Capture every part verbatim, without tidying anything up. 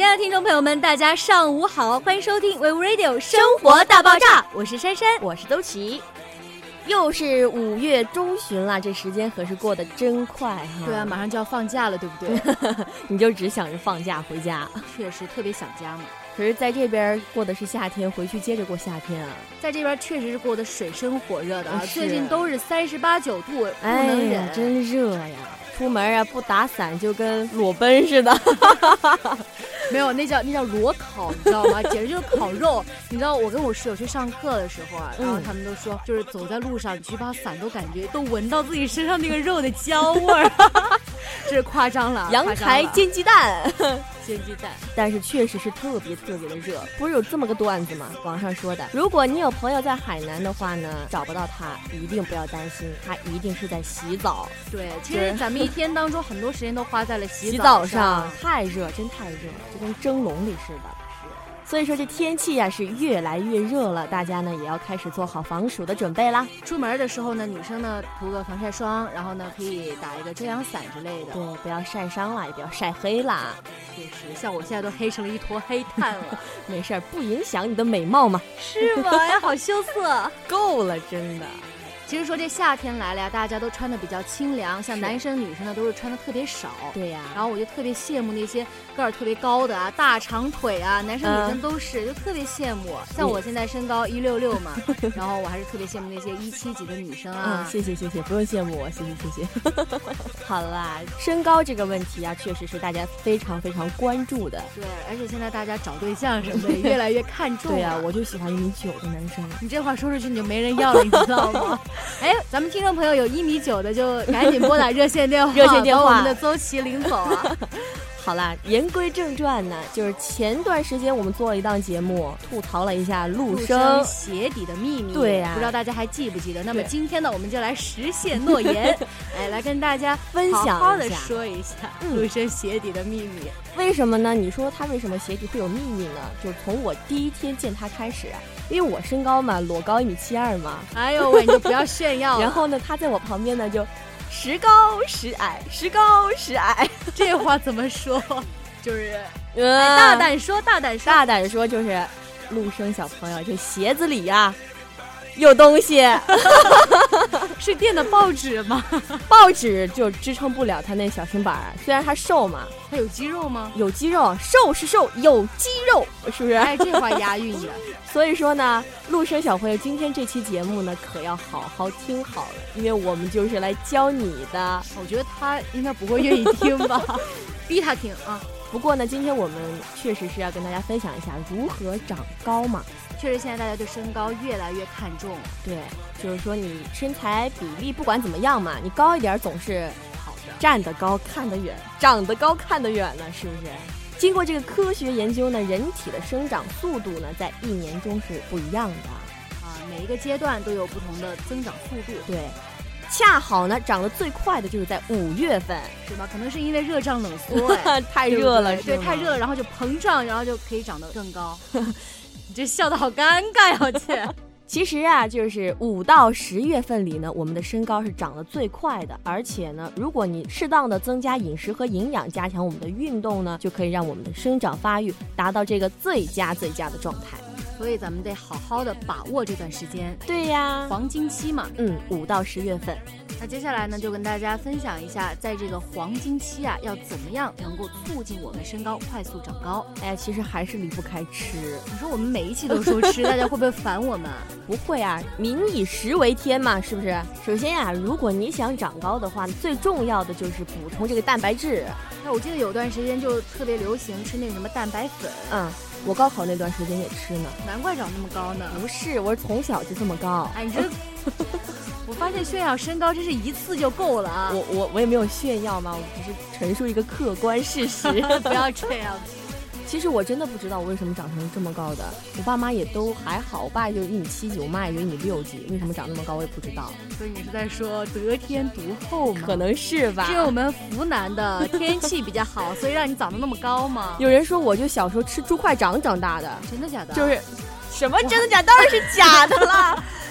亲爱的听众朋友们，大家上午好，欢迎收听 We Radio 生活大爆炸，我是珊珊， 我是周琦。又是五月中旬了，这时间可是过得真快哈。 对啊，马上就要放假了，对不对？ 你就只想着放假回家， 确实特别想家嘛。 可是在这边过的是夏天，回去接着过夏天啊。 在这边确实是过得水深火热的啊，最近都是三十八九度，不能忍， 哎、真热呀！出门啊不打伞就跟裸奔似的。 没有，那叫那叫裸烤，你知道吗？简直就是烤肉。你知道我跟我室友去上课的时候啊，然后他们都说，就是走在路上，你举把伞都感觉都闻到自己身上那个肉的焦味儿。这是夸张了， 阳台煎鸡蛋。 煎鸡蛋， 但是确实是特别特别的热。不是有这么个段子吗？网上说的，如果你有朋友在海南的话呢，找不到他一定不要担心，他一定是在洗澡。 对，其实咱们一天当中很多时间都花在了洗澡上，太热，真太热，就跟蒸笼里似的。所以说这天气呀、啊、是越来越热了，大家呢也要开始做好防暑的准备啦。 出门的时候呢，女生呢涂个防晒霜，然后呢可以打一个遮阳伞之类的。 对，不要晒伤啦，也不要晒黑啦。 确实，像我现在都黑成了一坨黑炭了。 没事儿，不影响你的美貌嘛。 是吗？呀，好羞涩。 够了，真的。 其实说这夏天来了呀，大家都穿的比较清凉，像男生女生呢都是穿的特别少。 对呀、啊。 然后我就特别羡慕那些个儿特别高的啊，大长腿啊，男生女生都是，嗯、就特别羡慕。像我现在身高一六六嘛，然后我还是特别羡慕那些一七几的女生啊。 嗯，谢谢谢谢，不用羡慕我，谢谢谢谢。好啦，身高这个问题啊，确实是大家非常非常关注的。 对，而且现在大家找对象什么的越来越看重。 对啊，我就喜欢一米九的男生。 你这话说出去你就没人要了，你知道吗？哎，咱们听众朋友有一米九的就赶紧拨打热线电话， 热线电话， 把我们的周琦领走啊！ 好啦，言归正传呢，就是前段时间我们做了一档节目，吐槽了一下陆生鞋底的秘密。 对呀、啊， 不知道大家还记不记得？那么今天呢，我们就来实现诺言，哎，来跟大家分享一下， 好好的说一下陆生鞋底的秘密。 嗯、为什么呢？你说他为什么鞋底会有秘密呢？就从我第一天见他开始啊。因为我身高嘛，裸高一米七二嘛。 哎呦喂，你就不要炫耀了。 然后呢，他在我旁边呢，就时高时矮，时高时矮。 这话怎么说？就是、嗯哎、大胆说，大胆说， 大胆说，就是陆生小朋友，这鞋子里呀、啊、有东西。 是垫的报纸吗？ 报纸就支撑不了他那小身板，虽然他瘦嘛。 他有肌肉吗？ 有肌肉，瘦是瘦，有肌肉，是不是？ 哎，这话押韵的。 所以说呢，陆生小朋友，今天这期节目呢，可要好好听好了，因为我们就是来教你的。 我觉得他应该不会愿意听吧，逼他听啊。 不过呢，今天我们确实是要跟大家分享一下如何长高嘛。 确实，现在大家对身高越来越看重。 对，就是说你身材比例不管怎么样嘛，你高一点总是好的。站得高看得远，长得高看得远呢，是不是？经过这个科学研究呢，人体的生长速度呢，在一年中是不一样的啊，每一个阶段都有不同的增长速度。 对，恰好呢，长得最快的就是在五月份， 是吧？可能是因为热胀冷缩，哎， 太热了， 对，太热了，然后就膨胀，然后就可以长得更高。你这笑得好尴尬呀，我去。 其实啊，就是五到十月份里呢，我们的身高是长得最快的，而且呢，如果你适当的增加饮食和营养，加强我们的运动呢，就可以让我们的生长发育达到这个最佳最佳的状态。 所以咱们得好好的把握这段时间。 对呀， 黄金期嘛， 嗯，五到十月份。 那接下来呢，就跟大家分享一下，在这个黄金期啊，要怎么样能够促进我们身高快速长高。 哎，其实还是离不开吃。 你说我们每一期都说吃，大家会不会烦我们？ 不会啊，民以食为天嘛，是不是？首先啊，如果你想长高的话，最重要的就是补充这个蛋白质。 那我记得有段时间就特别流行吃那个什么蛋白粉。 嗯，我高考那段时间也吃呢。 难怪长那么高呢。 不是，我是从小就这么高。 哎，你这。我发现炫耀身高真是一次就够了啊！ 我我我也没有炫耀嘛，我只是陈述一个客观事实。 不要这样。 其实我真的不知道我为什么长成这么高的，我爸妈也都还好，我爸就一米七几，我妈也就一米六几，为什么长那么高我也不知道。 所以你是在说得天独厚吗？ 可能是吧。 是因为我们湖南的天气比较好，所以让你长得那么高吗？ 有人说我就小时候吃猪块长长大的。 真的假的？ 就是什么真的假的？当然是假的啦。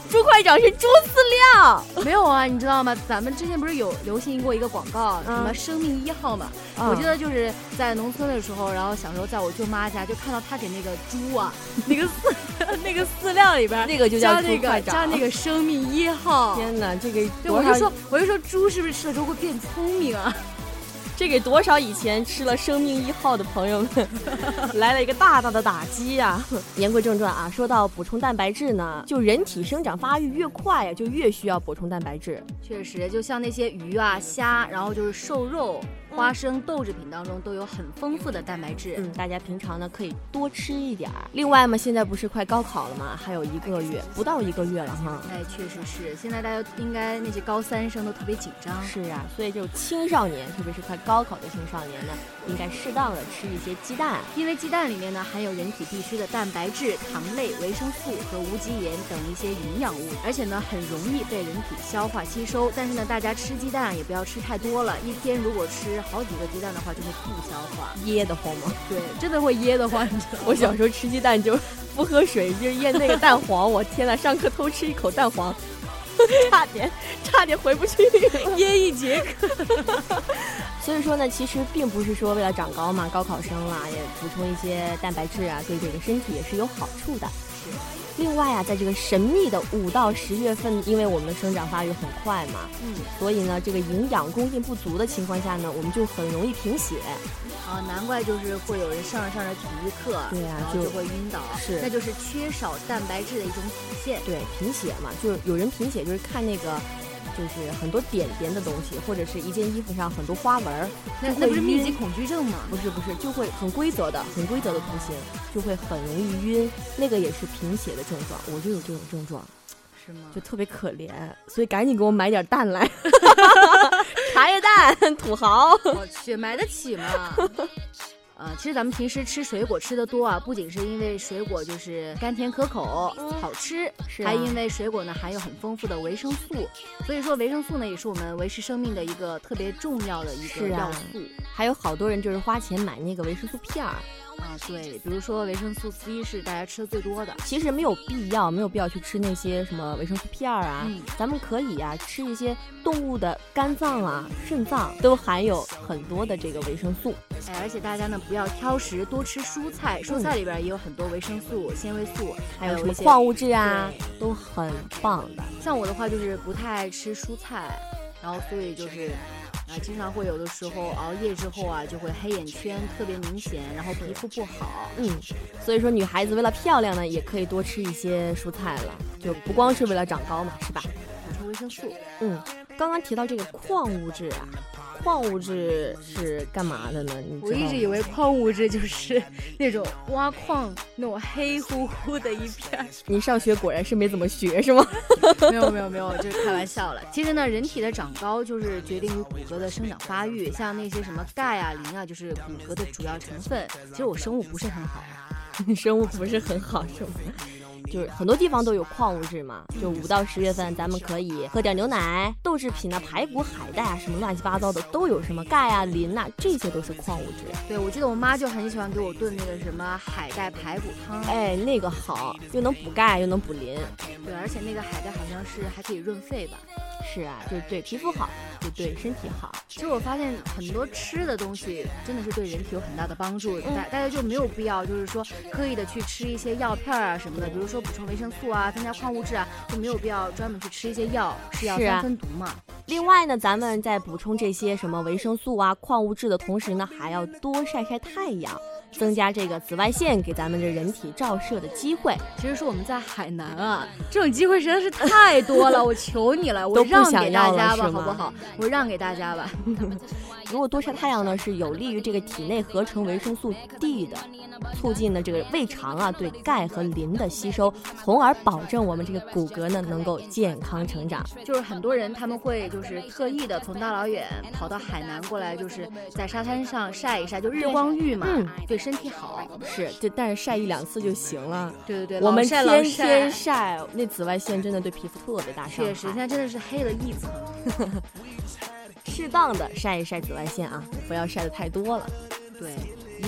猪块长是猪饲料。 没有啊，你知道吗？咱们之前不是有流行过一个广告， 嗯、 什么生命一号嘛、嗯？我记得就是在农村的时候，然后小时候在我舅妈家就看到他给那个猪啊，那个饲那个饲料里边那个就叫猪块长，加那个生命一号。 天哪，这个对，我就说我就说猪是不是吃了之后会变聪明啊？ 这给多少以前吃了生命一号的朋友们来了一个大大的打击啊！言归正传啊，说到补充蛋白质呢，就人体生长发育越快啊，就越需要补充蛋白质。 确实，就像那些鱼啊、虾，然后就是瘦肉、花生、豆制品当中都有很丰富的蛋白质。 嗯，大家平常呢可以多吃一点。另外嘛，现在不是快高考了吗？还有一个月，不到一个月了哈。 哎，确实是，现在大家应该那些高三生都特别紧张。 是啊，所以就青少年，特别是快高考的青少年呢，应该适当的吃一些鸡蛋， 因为鸡蛋里面呢含有人体必需的蛋白质、糖类、维生素和无机盐等一些营养物，而且呢很容易被人体消化吸收。但是呢，大家吃鸡蛋也不要吃太多了，一天如果吃好几个鸡蛋的话，就会不消化， 噎得慌吗？ 对，真的会噎得慌。你知道吗？ 我小时候吃鸡蛋就不喝水，就咽那个蛋黄。我天哪，上课偷吃一口蛋黄，差点差点回不去， 噎一节课。 所以说呢，其实并不是说为了长高嘛，高考生啦也补充一些蛋白质啊，对这个身体也是有好处的。另外啊，在这个神秘的五到十月份，因为我们的生长发育很快嘛，嗯，所以呢，这个营养供应不足的情况下呢，我们就很容易贫血。 啊，难怪就是会有人上着上着体育课， 对啊， 就会晕倒， 是， 那就是缺少蛋白质的一种体现。 对，贫血嘛，就是有人贫血，就是看那个。就是很多点点的东西，或者是一件衣服上很多花纹， 那那不是密集恐惧症吗？ 不是不是，就会很规则的很规则的图形，就会很容易晕，那个也是贫血的症状，我就有这种症状。 是吗？ 就特别可怜，所以赶紧给我买点蛋来。茶叶蛋，土豪。 我去，买得起吗？啊，其实咱们平时吃水果吃的多啊，不仅是因为水果就是甘甜可口、嗯、好吃， 是、啊、 还因为水果呢含有很丰富的维生素。所以说维生素呢也是我们维持生命的一个特别重要的一个要素。 啊、还有好多人就是花钱买那个维生素片儿。 啊，对，比如说维生素 C 是大家吃的最多的， 其实没有必要，没有必要去吃那些什么维生素片啊、 嗯， 咱们可以啊吃一些动物的肝脏啊、肾脏都含有很多的这个维生素。 哎，而且大家呢不要挑食，多吃蔬菜，蔬菜里边也有很多维生素、纤维素， 还有什么矿物质啊，都很棒的。 像我的话就是不太爱吃蔬菜，然后所以就是。啊，经常会有的时候熬夜之后啊，就会黑眼圈特别明显，然后皮肤不好。 嗯，所以说女孩子为了漂亮呢，也可以多吃一些蔬菜了，就不光是为了长高嘛，是吧？ 补充维生素。 嗯，刚刚提到这个矿物质啊，矿物质是干嘛的呢？你知道吗？ 我一直以为矿物质就是那种挖矿那种黑乎乎的一片。 你上学果然是没怎么学是吗？ 没有没有没有，就是开玩笑了。其实呢，人体的长高就是决定于骨骼的生长发育，像那些什么钙啊、磷啊，就是骨骼的主要成分。其实我生物不是很好啊， 你生物不是很好是吗？就是很多地方都有矿物质嘛，就五到十月份咱们可以喝点牛奶、豆制品啊、排骨、海带啊，什么乱七八糟的都有，什么钙啊、磷啊，这些都是矿物质。 对，我记得我妈就很喜欢给我炖那个什么海带排骨汤， 哎，那个好，又能补钙又能补磷。 对，而且那个海带好像是还可以润肺吧。 是啊，就是对皮肤好，就对身体好。 其实我发现很多吃的东西真的是对人体有很大的帮助，大、嗯、大家就没有必要就是说刻意的去吃一些药片啊什么的，比如说补充维生素啊、增加矿物质啊，就没有必要专门去吃一些药，是药三分毒嘛。啊、 另外呢，咱们在补充这些什么维生素啊、矿物质的同时呢，还要多晒晒太阳。增加这个紫外线给咱们这人体照射的机会。 其实说我们在海南啊，这种机会实在是太多了，我求你了，我让给大家吧，好不好？我让给大家吧。 如果多晒太阳呢，是有利于这个体内合成维生素 D 的，促进呢这个胃肠啊对钙和磷的吸收，从而保证我们这个骨骼呢能够健康成长。 就是很多人他们会就是特意的从大老远跑到海南过来，就是在沙滩上晒一晒，就日光浴嘛，对。嗯对身体好是，就但是晒一两次就行了。 对对对， 我们天天晒，那紫外线真的对皮肤特别大伤害。 确实，现在真的是黑了一层。 适当的晒一晒紫外线啊，不要晒得太多了。 对，以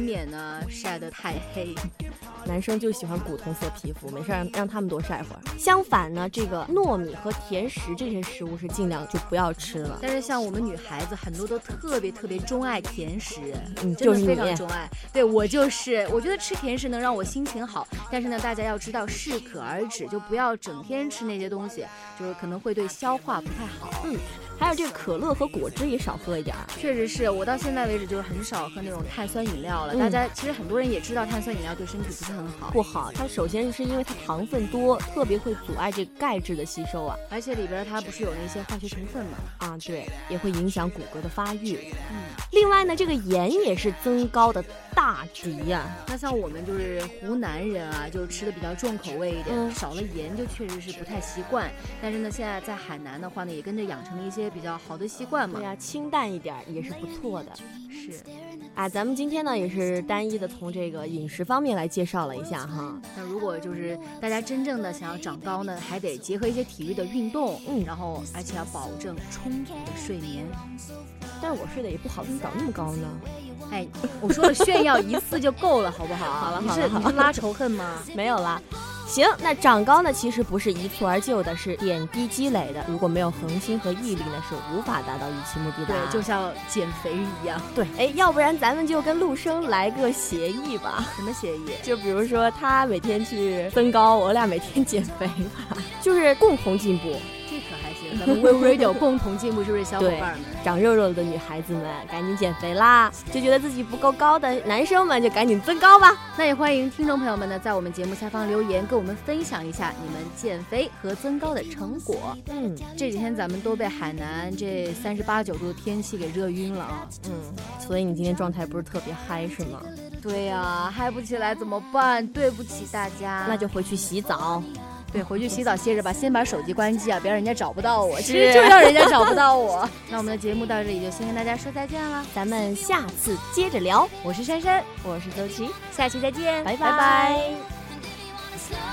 免呢晒得太黑。 男生就喜欢古铜色皮肤，没事让让他们多晒会儿。相反呢，这个糯米和甜食这些食物是尽量就不要吃了。 但是像我们女孩子很多都特别特别钟爱甜食， 嗯， 真的非常钟爱。对，我就是，我觉得吃甜食能让我心情好，但是呢，大家要知道适可而止，就不要整天吃那些东西，就是可能会对消化不太好。 嗯。还有这个可乐和果汁也少喝一点。 确实是我到现在为止就是很少喝那种碳酸饮料了。嗯、大家其实很多人也知道碳酸饮料对身体不是很好， 不好。它首先是因为它糖分多，特别会阻碍这个钙质的吸收啊， 而且里边它不是有那些化学成分嘛？ 啊，对，也会影响骨骼的发育。嗯，另外呢，这个盐也是增高的大敌呀、啊。 那像我们就是湖南人啊，就吃的比较重口味一点，嗯、少了盐就确实是不太习惯。但是呢，现在在海南的话呢，也跟着养成了一些比较好的习惯嘛。 对呀、啊，清淡一点也是不错的。 是， 啊，咱们今天呢也是单一的从这个饮食方面来介绍了一下哈。 那如果就是大家真正的想要长高呢，还得结合一些体育的运动，嗯，然后而且要保证充足的睡眠。 但是我睡得也不好，怎么长那么高呢？ 哎，我说了炫耀一次就够了，好不好？ 好了好了， 你是你是拉仇恨吗？ 没有啦。行，那长高呢，其实不是一蹴而就的，是点滴积累的。如果没有恒心和毅力呢，是无法达到预期目的的。 对，就像减肥一样。 对，哎，要不然咱们就跟陆生来个协议吧。 什么协议？ 就比如说他每天去增高，我俩每天减肥吧，就是共同进步。 这可还行，咱们 We Radio 共同进步，是不是小伙伴们？ 长肉肉的女孩子们赶紧减肥啦！就觉得自己不够高的男生们就赶紧增高吧。 那也欢迎听众朋友们呢，在我们节目下方留言，跟我们分享一下你们减肥和增高的成果。嗯，这几天咱们都被海南这三十八九度的天气给热晕了啊。 嗯，所以你今天状态不是特别嗨是吗？ 对呀、啊，嗨不起来怎么办？对不起大家， 那就回去洗澡。 对，回去洗澡歇着吧，先把手机关机啊，别让人家找不到我。其实就让人家找不到我。那我们的节目到这里就先跟大家说再见了， 咱们下次接着聊。 我是珊珊， 我是周琦， 下期再见， 拜拜。 拜拜。